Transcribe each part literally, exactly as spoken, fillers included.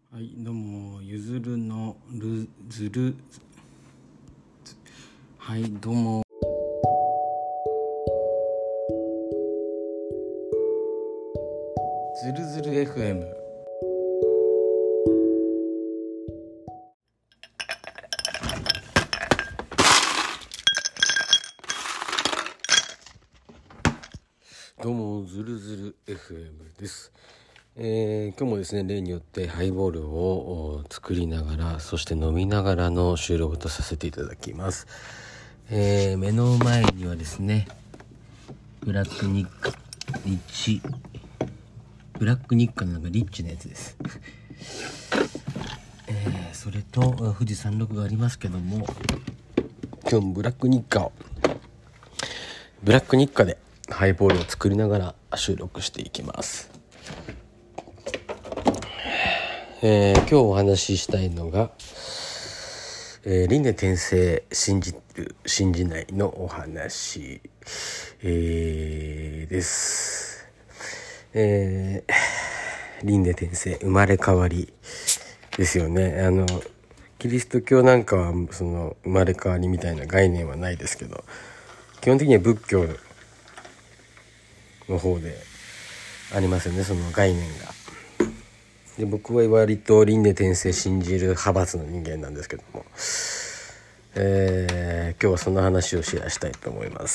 はい、どうも、ゆずるのるずるはい、どうも。ずるずる エフエム。どうも、ずるずる エフエム です。えー、今日もですね、例によってハイボールを作りながら、そして飲みながらの収録とさせていただきます。えー、目の前にはですね、ブラックニッカリッチブラックニッカのなんかリッチなやつです。えー、それと富士山麓がありますけども、今日もブラックニッカをブラックニッカでハイボールを作りながら収録していきます。えー、今日お話ししたいのが、えー、輪廻転生信じる信じないのお話、えー、です。えー、輪廻転生生まれ変わりですよね。あのキリスト教なんかはその生まれ変わりみたいな概念はないですけど、基本的には仏教の方でありますよね、その概念が。で、僕は割と輪廻転生信じる派閥の人間なんですけども、えー、今日はその話をシェアしたいと思います。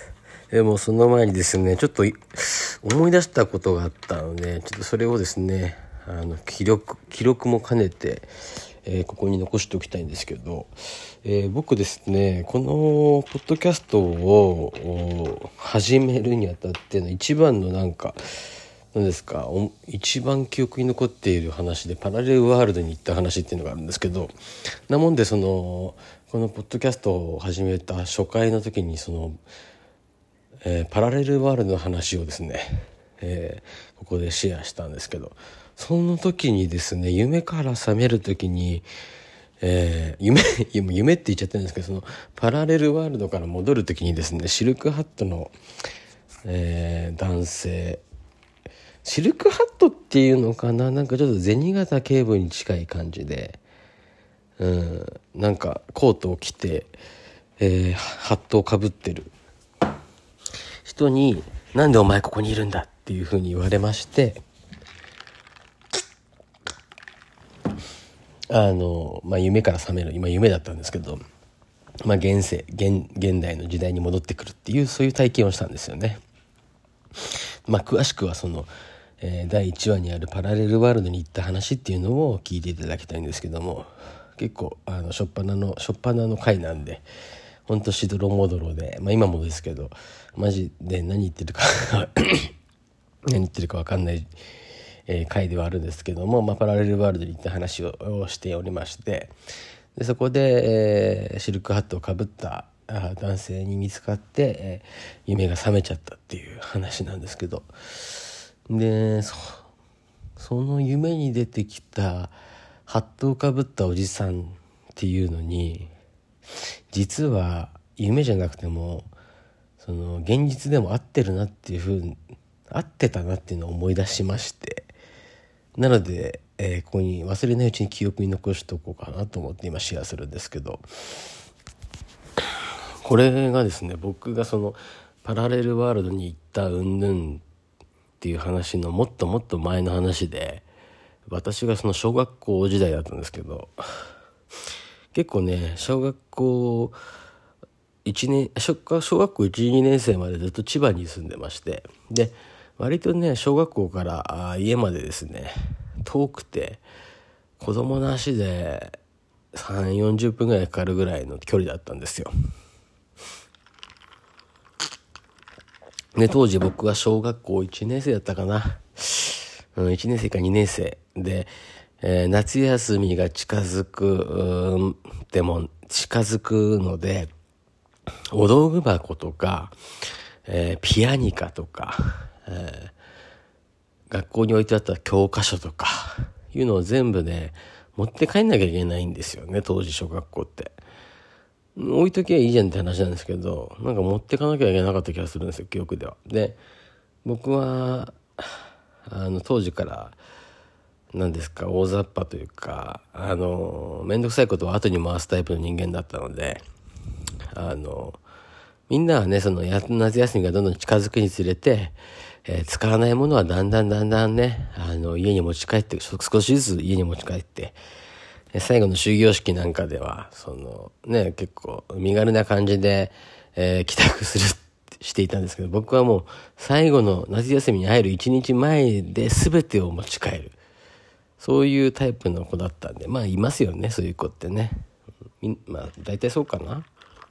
でもその前にですね、ちょっと思い出したことがあったので、ちょっとそれをですね、あの記録記録も兼ねて、えー、ここに残しておきたいんですけど、えー、僕ですね、このポッドキャストを始めるにあたっての一番のなんか何ですか一番記憶に残っている話で、パラレルワールドに行った話っていうのがあるんですけど、なもんでそのこのポッドキャストを始めた初回の時にその、えー、パラレルワールドの話をですね、えー、ここでシェアしたんですけど、その時にですね、夢から覚める時に、えー、夢夢って言っちゃってるんですけど、そのパラレルワールドから戻る時にですね、シルクハットの、えー、男性、シルクハットっていうのかな、なんかちょっと銭形警部に近い感じで、うん、なんかコートを着て、えー、ハットをかぶってる人に、なんでお前ここにいるんだっていうふうに言われまして、あの、まあ、夢から覚める、今夢だったんですけど、まあ、現世 現, 現代の時代に戻ってくるっていう、そういう体験をしたんですよね。まあ、詳しくはその、えー、だいいちわにあるパラレルワールドに行った話っていうのを聞いていただきたいんですけども、結構あの初っ端の初っ端の回なんで、ほんとしどろもどろで、まあ、今もですけどマジで何言ってるか何言ってるか分かんない、えー、回ではあるんですけども、まあ、パラレルワールドに行った話をしておりまして、でそこで、えー、シルクハットをかぶった男性に見つかって、えー、夢が覚めちゃったっていう話なんですけど、で そ, その夢に出てきたハットをかぶったおじさんっていうのに、実は夢じゃなくてもその現実でも合ってるなっていう風に合ってたなっていうのを思い出しまして、なので、えー、ここに忘れないうちに記憶に残しておこうかなと思って今シェアするんですけど、これがですね、僕がそのパラレルワールドに行ったうんぬんっていう話のもっともっと前の話で、私がその小学校時代だったんですけど、結構ね、小学校いちねん小学校いち、にねん生までずっと千葉に住んでまして、で割とね、小学校から家までですね遠くて、子供の足でさんじゅう、よんじゅっぷんぐらいかかるぐらいの距離だったんですよ。で当時僕は小学校いちねん生だったかな、うん、いちねん生かにねん生で、えー、夏休みが近づくでも近づくので、お道具箱とか、えー、ピアニカとか、えー、学校に置いてあった教科書とかいうのを全部ね持って帰んなきゃいけないんですよね、当時小学校って。置いときゃいいじゃんって話なんですけど、なんか持ってかなきゃいけなかった気がするんですよ、記憶では。で僕はあの当時から何ですか大雑把というかあの面倒くさいことを後に回すタイプの人間だったので、あのみんなはねその夏休みがどんどん近づくにつれて、えー、使わないものはだんだんだんだんねあの家に持ち帰って少しずつ家に持ち帰って最後の終業式なんかではそのね結構身軽な感じで、えー、帰宅するしていたんですけど、僕はもう最後の夏休みに入るいちにちまえで全てを持ち帰る、そういうタイプの子だったんで、まあいますよねそういう子ってね。まあ大体そうかな。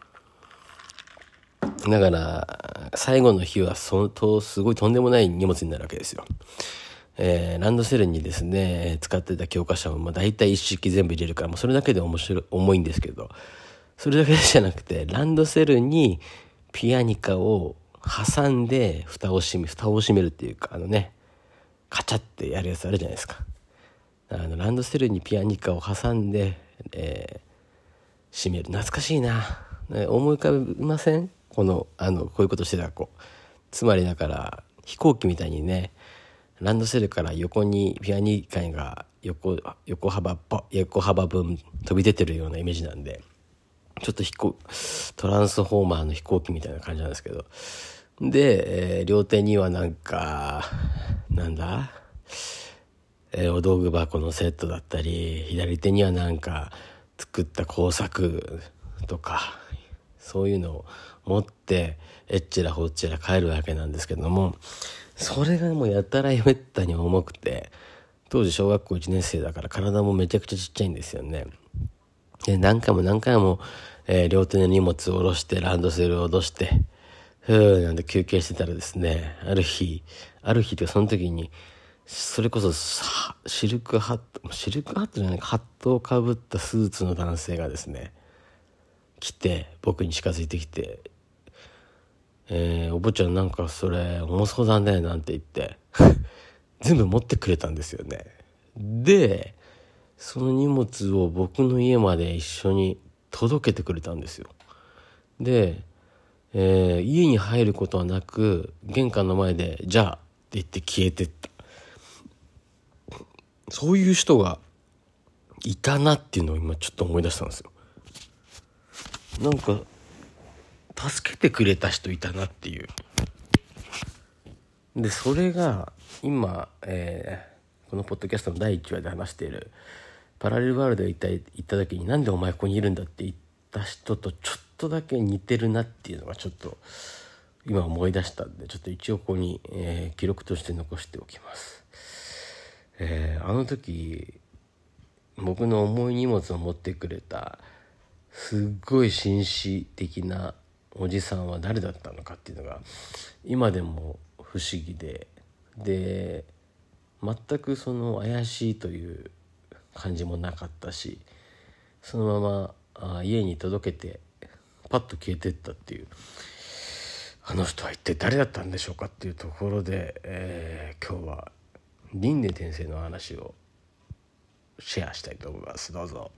だから最後の日は相当すごいとんでもない荷物になるわけですよ。えー、ランドセルにですね使ってた教科書もまあ大体一式全部入れるから、もうそれだけで面白い重いんですけど、それだけじゃなくてランドセルにピアニカを挟んで蓋を閉め蓋を閉めるっていうか、あのねカチャってやるやつあるじゃないですか。あのランドセルにピアニカを挟んで、えー、閉める。懐かしいな、ね、思い浮かべません？このあのこういうことしてた子。つまりだから飛行機みたいにねランドセルから横にピアニカが 横, 横幅横幅分飛び出てるようなイメージなんで、ちょっと飛行トランスフォーマーの飛行機みたいな感じなんですけど、で、えー、両手にはなんかなんだ、えー、お道具箱のセットだったり、左手にはなんか作った工作とかそういうのを持ってえっちらほっちら帰るわけなんですけども、それがもうやたらめったに重くて、当時小学校いちねん生だから体もめちゃくちゃちっちゃいんですよね。で何回も何回も、えー、両手の荷物を下ろしてランドセルを下ろしてふーなんて休憩してたらですね、ある日ある日というかその時にそれこそシルクハットシルクハットじゃないハットをかぶったスーツの男性がですね来て僕に近づいてきて、えー、お坊ちゃんなんかそれ重そうだねなんて言って全部持ってくれたんですよね。でその荷物を僕の家まで一緒に届けてくれたんですよ。で、えー、家に入ることはなく玄関の前でじゃあって言って消えてった。そういう人がいたなっていうのを今ちょっと思い出したんですよ。なんか助けてくれた人いたなっていう。でそれが今、えー、このポッドキャストのだいいちわで話しているパラレルワールドへ行った行った時になんでお前ここにいるんだって言った人とちょっとだけ似てるなっていうのがちょっと今思い出したんで、ちょっと一応ここに、えー、記録として残しておきます。えー、あの時僕の重い荷物を持ってくれたすっごい紳士的なおじさんは誰だったのかっていうのが今でも不思議で、で全くその怪しいという感じもなかったし、そのままあ家に届けてパッと消えてったっていう、あの人は一体誰だったんでしょうかっていうところで、えー、今日は輪廻転生の話をシェアしたいと思います。どうぞ。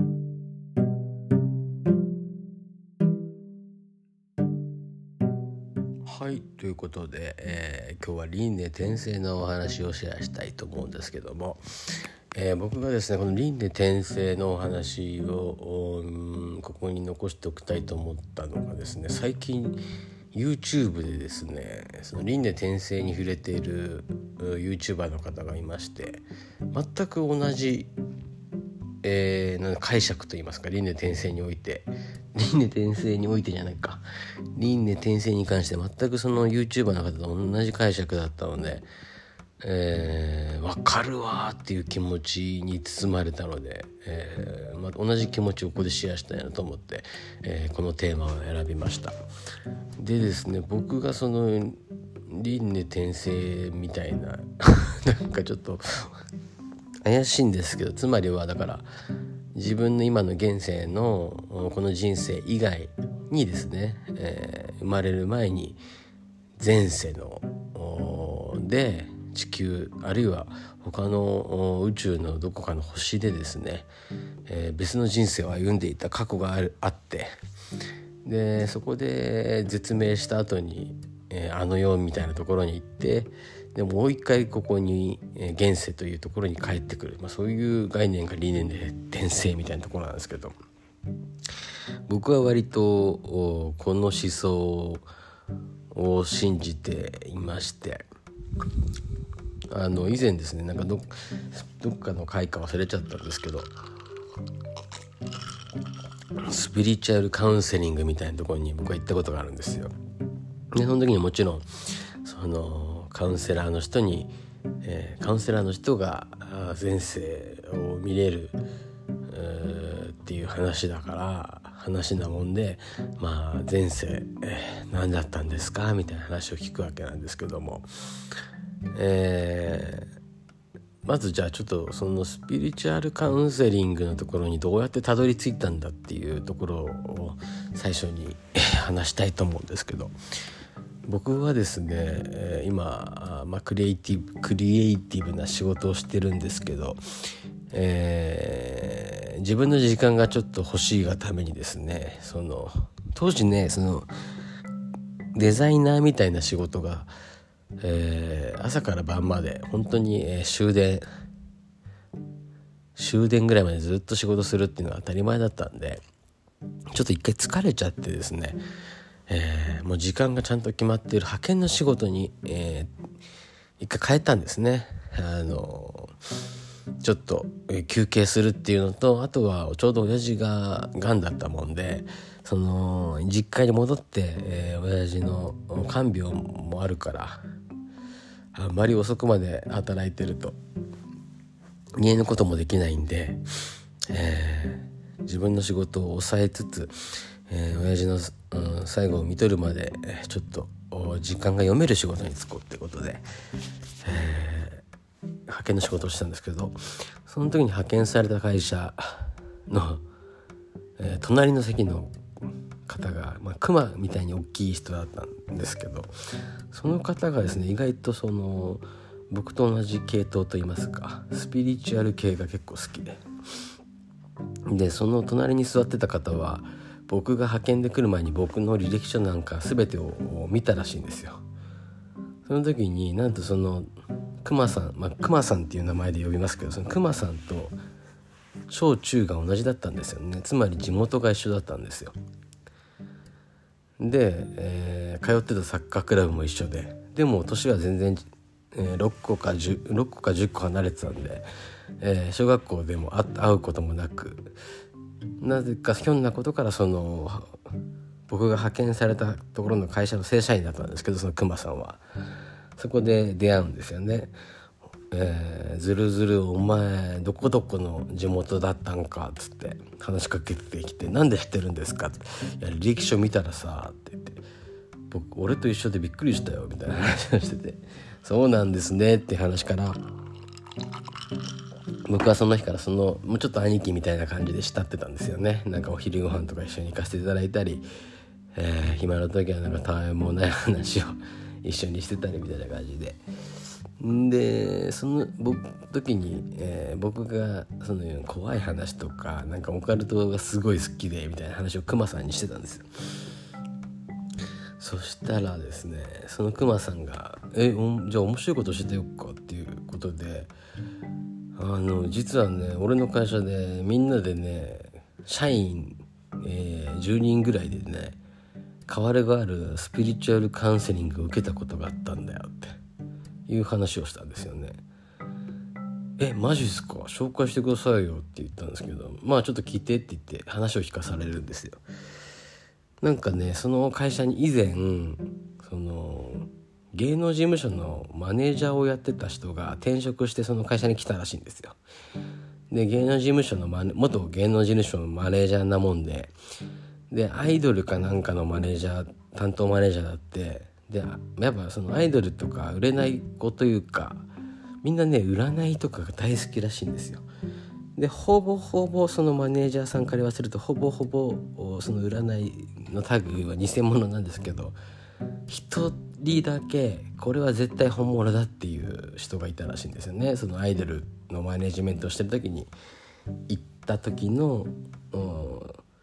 はい、ということで、えー、今日は輪廻転生のお話をシェアしたいと思うんですけども、えー、僕がですねこの輪廻転生のお話を、うん、ここに残しておきたいと思ったのがですね、最近 YouTube でですねその輪廻転生に触れている YouTuber の方がいまして、全く同じ、えー、解釈といいますか輪廻転生において輪廻転生においてじゃないか輪廻転生に関して全くその YouTuber の方と同じ解釈だったので、えー、分かるわっていう気持ちに包まれたので、えーまあ、同じ気持ちをここでシェアしたいなと思って、えー、このテーマを選びました。でですね、僕がその輪廻転生みたいななんかちょっと怪しいんですけど、つまりはだから自分の今の現世のこの人生以外にですね、えー、生まれる前に前世ので地球あるいは他の宇宙のどこかの星でですね、えー、別の人生を歩んでいた過去があるあって、でそこで絶命した後に、えー、あの世みたいなところに行ってでもう一回ここに、えー、現世というところに帰ってくる、まあ、そういう概念が理念で転生みたいなところなんですけど、僕は割とこの思想を信じていまして、あの以前ですね、なんか ど, どっかの回か忘れちゃったんですけど、スピリチュアルカウンセリングみたいなところに僕は行ったことがあるんですよ。でその時にもちろんそのカウンセラーの人に、えー、カウンセラーの人が前世を見れる、えー、っていう話だから話なもんで、まあ前世、えー、何だったんですかみたいな話を聞くわけなんですけども、えーまずじゃあちょっとそのスピリチュアルカウンセリングのところにどうやってたどり着いたんだっていうところを最初に話したいと思うんですけど、僕はですね今、まあ、クリエイティブクリエイティブな仕事をしてるんですけど、えー、自分の時間がちょっと欲しいがためにですね、その当時ねそのデザイナーみたいな仕事がえー、朝から晩まで本当に、えー、終電終電ぐらいまでずっと仕事するっていうのが当たり前だったんで、ちょっと一回疲れちゃってですね、えー、もう時間がちゃんと決まっている派遣の仕事に、えー、一回変えたんですね。あのちょっと、えー、休憩するっていうのと、あとはちょうど親父ががんだったもんで、その実家に戻って、えー、親父の看病もあるからあんまり遅くまで働いてると家のこともできないんで、えー、自分の仕事を抑えつつ、えー、親父の、うん、最後を見とるまでちょっと時間が読める仕事に就こうってことで、えー、派遣の仕事をしたんですけど、その時に派遣された会社の、えー、隣の席の方が、まあ、クマみたいに大きい人だったんですけど、その方がですね意外とその僕と同じ系統といいますかスピリチュアル系が結構好きで、でその隣に座ってた方は僕が派遣で来る前に僕の履歴書なんか全てを見たらしいんですよ。その時になんとそのクマさん、まあ、クマさんっていう名前で呼びますけど、そのクマさんと小中が同じだったんですよね。つまり地元が一緒だったんですよ。で、えー、通ってたサッカークラブも一緒で、でも年は全然、えー、ろっこかじゅう、ろっこかじゅっこ離れてたんで、えー、小学校でも会うこともなく、なぜかひょんなことからその僕が派遣されたところの会社の正社員だったんですけど、そのクマさんはそこで出会うんですよね。えー、ずるずるお前どこどこの地元だったんかっつって話しかけてきて、なんで知ってるんですかって、いや履歴書見たらさって言って、僕俺と一緒でびっくりしたよみたいな話をしてて、そうなんですねって話から、僕はその日からそのもうちょっと兄貴みたいな感じで慕ってたんですよね。なんかお昼ご飯とか一緒に行かせていただいたり、えー、暇の時はなんかたわいもない話を一緒にしてたりみたいな感じで、でその僕時に、えー、僕がその怖い話とかなんかオカルトがすごい好きでみたいな話をクマさんにしてたんですよ。そしたらですね、そのクマさんがえじゃあ面白いことしてよっかっていうことで、あの実はね俺の会社でみんなでね社員、えー、じゅうにんぐらいでね代わりがあるスピリチュアルカウンセリングを受けたことがあったんだよっていう話をしたんですよね。えマジっすか、紹介してくださいよって言ったんですけど、まあちょっと聞いてって言って話を聞かされるんですよ。なんかねその会社に以前その芸能事務所のマネージャーをやってた人が転職してその会社に来たらしいんですよ。で芸能事務所のマネ元芸能事務所のマネージャーなもんで、でアイドルかなんかのマネージャー担当マネージャーだって、でやっぱそのアイドルとか売れない子というかみんなね占いとかが大好きらしいんですよ。でほぼほぼそのマネージャーさんから言わせるとほぼほぼその占いの類は偽物なんですけど、一人だけこれは絶対本物だっていう人がいたらしいんですよね。そのアイドルのマネジメントをしてる時に行った時の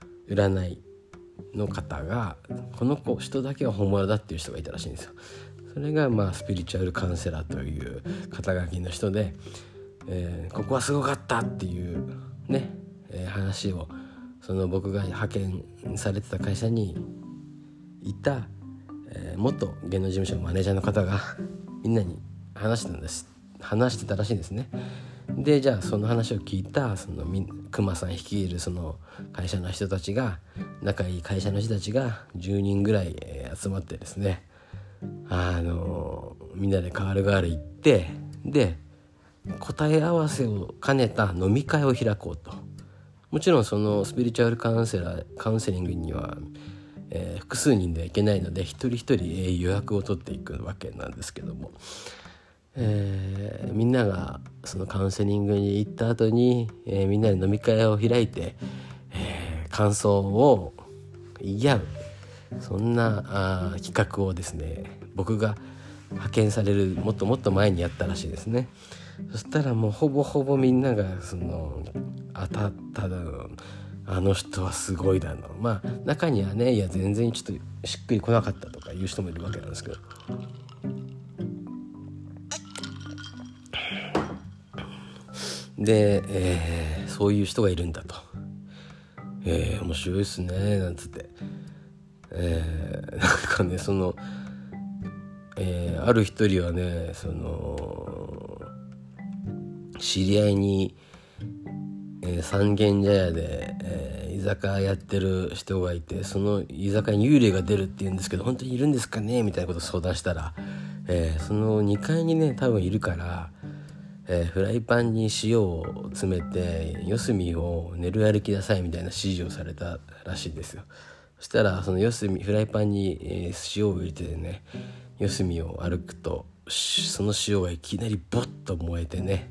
占いの方がこの子人だけは本物だっていう人がいたらしいんですよ。 それがまあスピリチュアルカウンセラーという肩書きの人で、えー、ここはすごかったっていうね、えー、話をその僕が派遣されてた会社にいた、えー、元芸能事務所のマネージャーの方がみんなに話してたんです話してたらしいんですね。でじゃあその話を聞いたその熊さん率いるその会社の人たちが仲いい会社の人たちがじゅうにんぐらい集まってですね、あのみんなで代わる代わる行って、で答え合わせを兼ねた飲み会を開こうと。もちろんそのスピリチュアルカウンセラーカウンセリングには、えー、複数人ではいけないので一人一人、えー、予約を取っていくわけなんですけども、えー、みんながそのカウンセリングに行った後に、えー、みんなで飲み会を開いて、えー、感想を言い合う、そんなあ企画をですね僕が派遣されるもっともっと前にやったらしいですね。そしたらもうほぼほぼみんながその当たっただの、あの人はすごいだの、まあ中にはねいや全然ちょっとしっくりこなかったとかいう人もいるわけなんですけど、で、えー、そういう人がいるんだと、えー、面白いっすねなんつって、えー、なんかねその、えー、ある一人はねその知り合いに、えー、三軒茶屋で、えー、居酒屋やってる人がいて、その居酒屋に幽霊が出るって言うんですけど本当にいるんですかねみたいなことを相談したら、えー、そのにかいにね多分いるから、えー、フライパンに塩を詰めて四隅を練る歩きなさいみたいな指示をされたらしいんですよ。そしたらその四隅フライパンに、えー、塩を入れてね四隅を歩くとその塩がいきなりボッと燃えてね、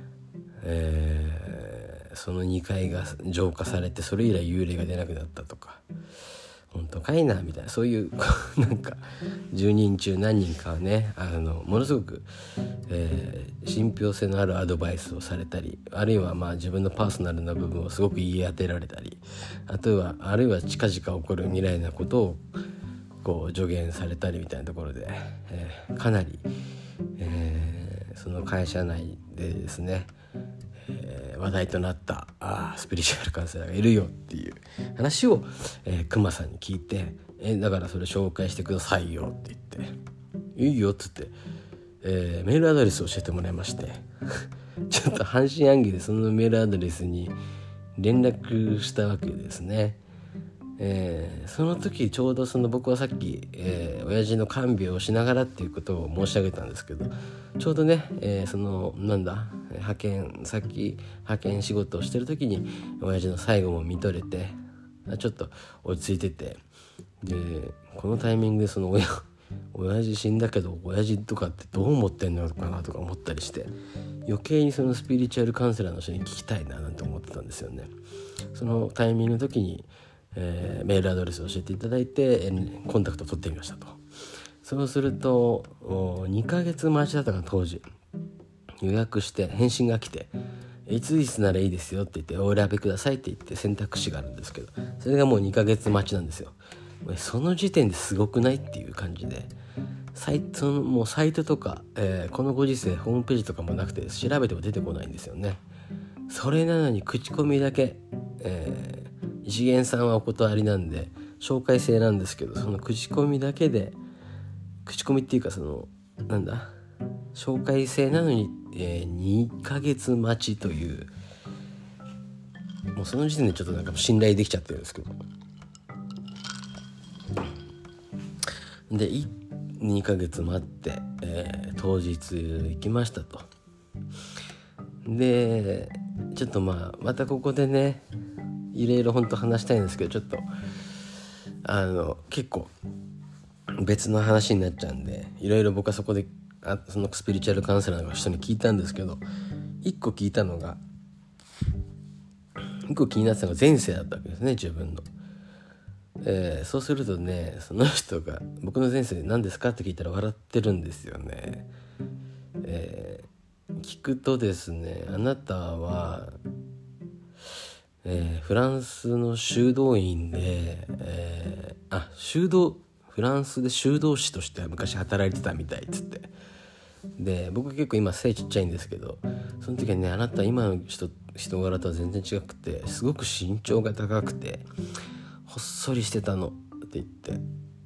えー、そのにかいが浄化されてそれ以来幽霊が出なくなったとか、本当かいなみたいな、そういうなんかじゅうにん中何人かはねあのものすごく、えー、信憑性のあるアドバイスをされたり、あるいはまあ自分のパーソナルな部分をすごく言い当てられたり、あとはあるいは近々起こる未来なことをこう助言されたりみたいなところで、えー、かなり、えー、その会社内でですね、えー、話題となったあスピリチュアルカウンセラーがいるよっていう話を、えー、熊さんに聞いて、えー、だからそれ紹介してくださいよって言っていいよっつって、えー、メールアドレスを教えてもらいましてちょっと半信半疑でそのメールアドレスに連絡したわけですね。えー、その時ちょうどその僕はさっき、えー、親父の看病をしながらっていうことを申し上げたんですけど、ちょうどね、えー、そのなんだ派遣さっき派遣仕事をしてる時に親父の最後も見とれてちょっと落ち着いてて、でこのタイミングでその親親父死んだけど親父とかってどう思ってんのかなとか思ったりして、余計にそのスピリチュアルカウンセラーの人に聞きたいななんて思ってたんですよね。そのタイミングの時にえー、メールアドレスを教えていただいて、えー、コンタクトを取ってみましたと。そうするとにかげつ待ちだったか当時予約して返信が来て、いついつならいいですよって言ってお選びくださいって言って選択肢があるんですけど、それがもうにかげつ待ちなんですよ。その時点ですごくないっていう感じで、サイトのもうサイトとか、えー、このご時世ホームページとかもなくて調べても出てこないんですよね。それなのに口コミだけ、えー一元さんはお断りなんで紹介制なんですけど、その口コミだけで口コミっていうかそのなんだ紹介制なのに、えー、にかげつ待ちという、もうその時点でちょっとなんか信頼できちゃってるんですけど、でにかげつ待って、えー、当日行きましたと。でちょっとまあまたここでねいろいろ本当話したいんですけど、ちょっとあの結構別の話になっちゃうんで、いろいろ僕はそこであそのスピリチュアルカウンセラーの人に聞いたんですけど、一個聞いたのが一個気になってたのが前世だったわけですね、自分の。えー、そうするとねその人が僕の前世何ですかって聞いたら笑ってるんですよね。えー、聞くとですね、あなたはえー、フランスの修道院で、えー、あ修道フフランスで修道士として昔働いてたみたいっつって、で僕結構今背ちっちゃいんですけど、その時はね、あなた今の人人柄とは全然違くて、すごく身長が高くてほっそりしてたのって言って、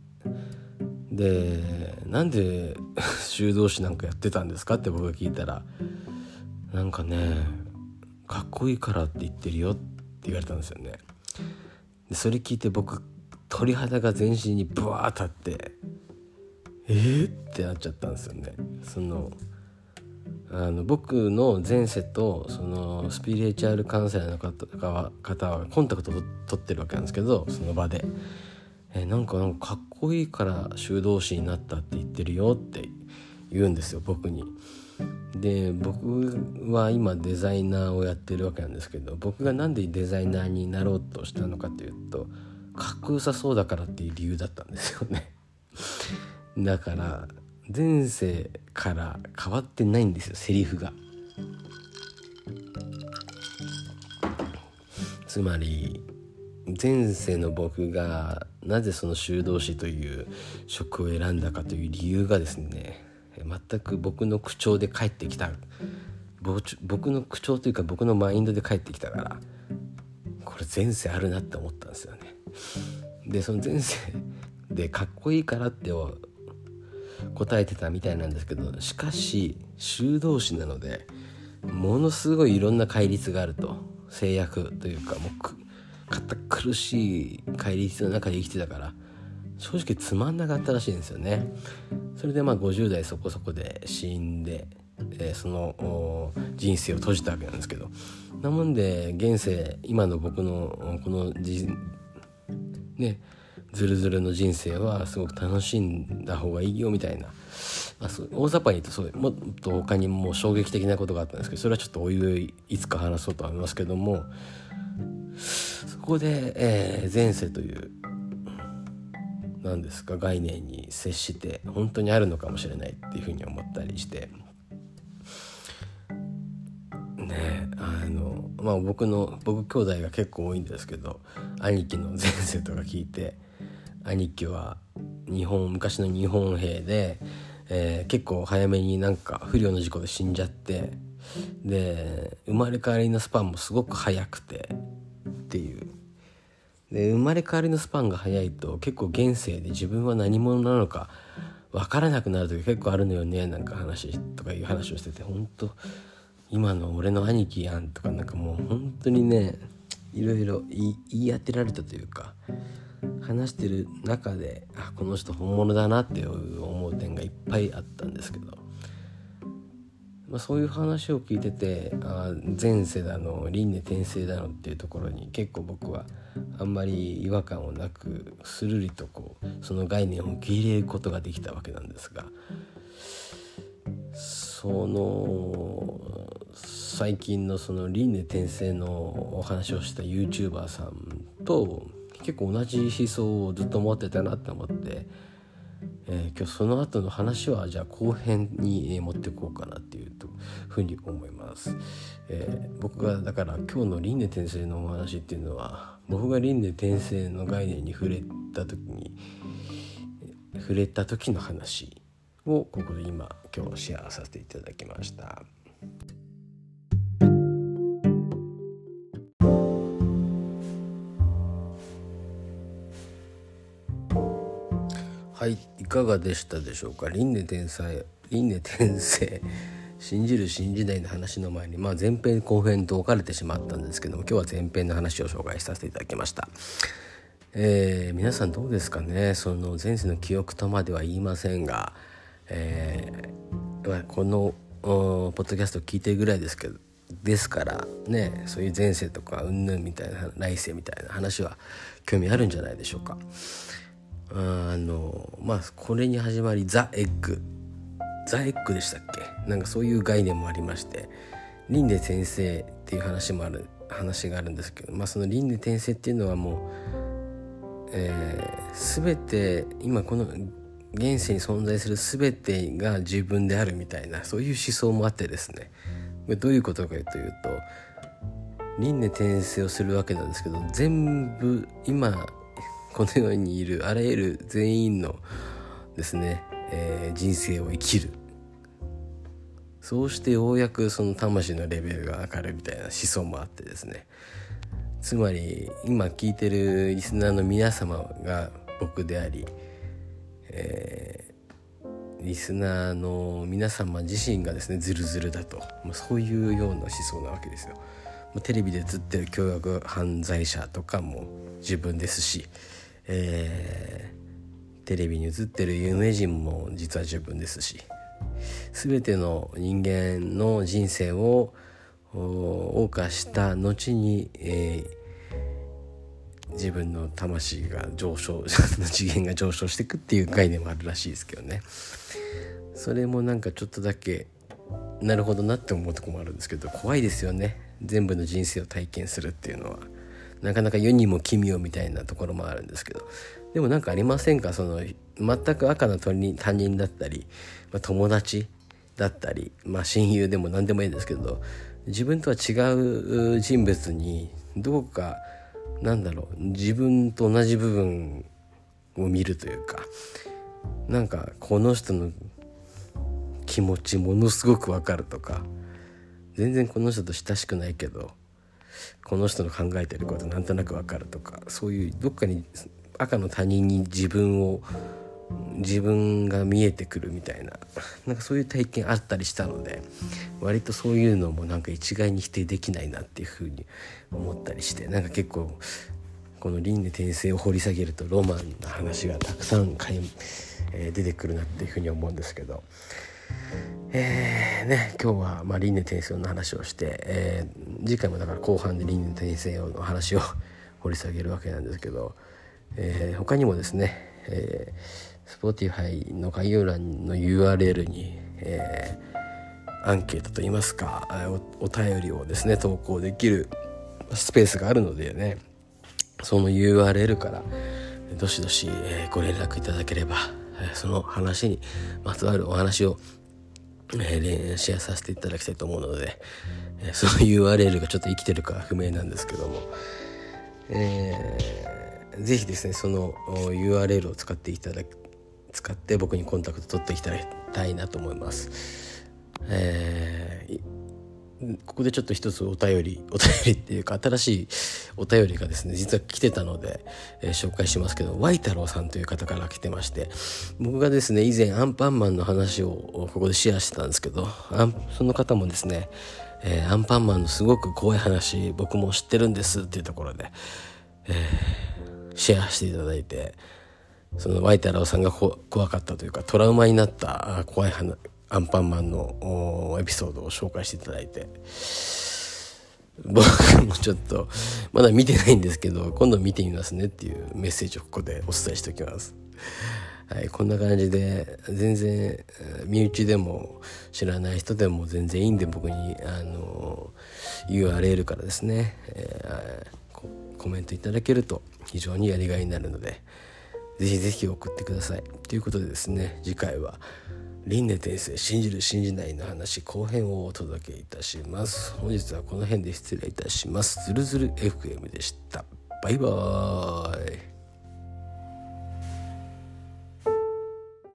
でなんで修道士なんかやってたんですかって僕が聞いたら、なんかねかっこいいからって言ってるよって言われたんですよね。でそれ聞いて僕鳥肌が全身にブワー立って、えーってなっちゃったんですよね。そのあの僕の前世とそのスピリチュアルカウンセラーの方が方はコンタクトを取ってるわけなんですけど、その場でえなんかなんかかっこいいから修道士になったって言ってるよって言うんですよ、僕に。で僕は今デザイナーをやってるわけなんですけど、僕がなんでデザイナーになろうとしたのかというと、かっこよさそうだからっていう理由だったんですよね。だから前世から変わってないんですよ、セリフが。つまり前世の僕がなぜその修道士という職を選んだかという理由がですね、全く僕の口調で返ってきた、僕の口調というか僕のマインドで返ってきたから、これ前世あるなって思ったんですよね。でその前世でかっこいいからって答えてたみたいなんですけど、しかし修道士なのでものすごいいろんな戒律があると、制約というかもうく堅苦しい戒律の中で生きてたから、正直つまんなかったらしいんですよね。それでまあごじゅう代そこそこで死んで、えー、その人生を閉じたわけなんですけど、なもんで現世今の僕のこのじねズルズルの人生はすごく楽しんだ方がいいよみたいな、まあ、大雑把に言うとそうもっと他にも衝撃的なことがあったんですけど、それはちょっとおいおいいつか話そうとは思いますけども、そこで、えー、前世という何ですか概念に接して本当にあるのかもしれないっていうふうに思ったりしてね。あのまあ僕の僕兄弟が結構多いんですけど、兄貴の前世とか聞いて、兄貴は日本昔の日本兵で、えー、結構早めになんか不慮の事故で死んじゃって、で生まれ変わりのスパンもすごく早くてっていう。で生まれ変わりのスパンが早いと結構現世で自分は何者なのか分からなくなる時結構あるのよね、なんか話とかいう話をしてて、本当今の俺の兄貴やんとか、なんかもう本当にねいろいろ言い、言い当てられたというか、話してる中であこの人本物だなって思う点がいっぱいあったんですけど、まあ、そういう話を聞いてて、あ前世だの輪廻転生だのっていうところに結構僕はあんまり違和感をなくスルリとこうその概念を受け入れることができたわけなんですが、その最近のその輪廻転生のお話をした YouTuber さんと結構同じ思想をずっと持ってたなって思って、えー、今日その後の話はじゃあ後編に持っていこうかなっていうふうに思います。えー、僕がだから今日の輪廻転生のお話っていうのは、僕が輪廻転生の概念に触れた時に触れた時の話をここで今今日シェアさせていただきました。はい、いかがでしたでしょうか。輪廻転生輪廻転生信じる信じないの話の前に、まあ、前編後編と分かれてしまったんですけども、今日は前編の話を紹介させていただきました。えー、皆さんどうですかね。その前世の記憶とまでは言いませんが、えーまあ、このポッドキャスト聞いてるぐらいですけどですからね、そういう前世とかうんぬんみたいな来世みたいな話は興味あるんじゃないでしょうか。あのまあこれに始まりザ・エッグザ・エッグでしたっけ、なんかそういう概念もありまして、輪廻転生っていう話もある話があるんですけど、まあその輪廻転生っていうのはもう、えー、全て今この現世に存在する全てが自分であるみたいな、そういう思想もあってですね、どういうことかというと、輪廻転生をするわけなんですけど、全部今この世にいるあらゆる全員のですね、えー、人生を生きる、そうしてようやくその魂のレベルが上がるみたいな思想もあってですね、つまり今聞いてるリスナーの皆様が僕であり、えー、リスナーの皆様自身がですねズルズルだと、まあ、そういうような思想なわけですよ。まあ、テレビで映ってる凶悪犯罪者とかも自分ですし、えー、テレビに映ってる有名人も実は自分ですし、全ての人間の人生を謳歌した後に、えー、自分の魂が上昇次元が上昇していくっていう概念もあるらしいですけどね。それもなんかちょっとだけなるほどなって思うところもあるんですけど、怖いですよね。全部の人生を体験するっていうのはなかなか世にも奇妙みたいなところもあるんですけど、でもなんかありませんか、その全く赤の他人だったり、まあ、友達だったり、まあ、親友でも何でもいいんですけど、自分とは違う人物にどこかなんだろう自分と同じ部分を見るというか、なんかこの人の気持ちものすごくわかるとか、全然この人と親しくないけどこの人の考えてることなんとなくわかるとか、そういうどっかに赤の他人に自分を自分が見えてくるみたいな、なんかそういう体験あったりしたので、割とそういうのもなんか一概に否定できないなっていうふうに思ったりして、なんか結構この輪廻転生を掘り下げるとロマンな話がたくさん、えー、出てくるなっていうふうに思うんですけど、えーね、今日はまあ輪廻転生の話をして、えー、次回もだから後半で輪廻転生の話を掘り下げるわけなんですけど、えー、他にもですね、えー、Spotify の概要欄の ユーアールエル に、えー、アンケートといいますか お, お便りをですね投稿できるスペースがあるのでね、その ユーアールエル からどしどし、えー、ご連絡いただければ、えー、その話にまつわるお話を、えー、シェアさせていただきたいと思うので、えー、その ユーアールエル がちょっと生きてるか不明なんですけども、えー、ぜひですねその ユーアールエル を使っていただき使って僕にコンタクト取っていただきたいなと思います。えーここでちょっと一つお便りお便りっていうか新しいお便りがですね実は来てたので、えー、紹介しますけど、ワイ太郎さんという方から来てまして、僕がですね以前アンパンマンの話をここでシェアしてたんですけど、アンその方もですね、えー、アンパンマンのすごく怖い話僕も知ってるんですっていうところで、えー、シェアしていただいて、そのワイ太郎さんがこ怖かったというかトラウマになった怖い話アンパンマンのエピソードを紹介していただいて、僕もちょっとまだ見てないんですけど今度見てみますねっていうメッセージをここでお伝えしておきます。はい、こんな感じで全然身内でも知らない人でも全然いいんで、僕にあの ユーアールエル からですね、えー、コメントいただけると非常にやりがいになるので、ぜひぜひ送ってくださいということでですね、次回は輪廻転生信じる信じないの話後編をお届けいたします。本日はこの辺で失礼いたします。ズルズル エフエム でした。バイバーイ。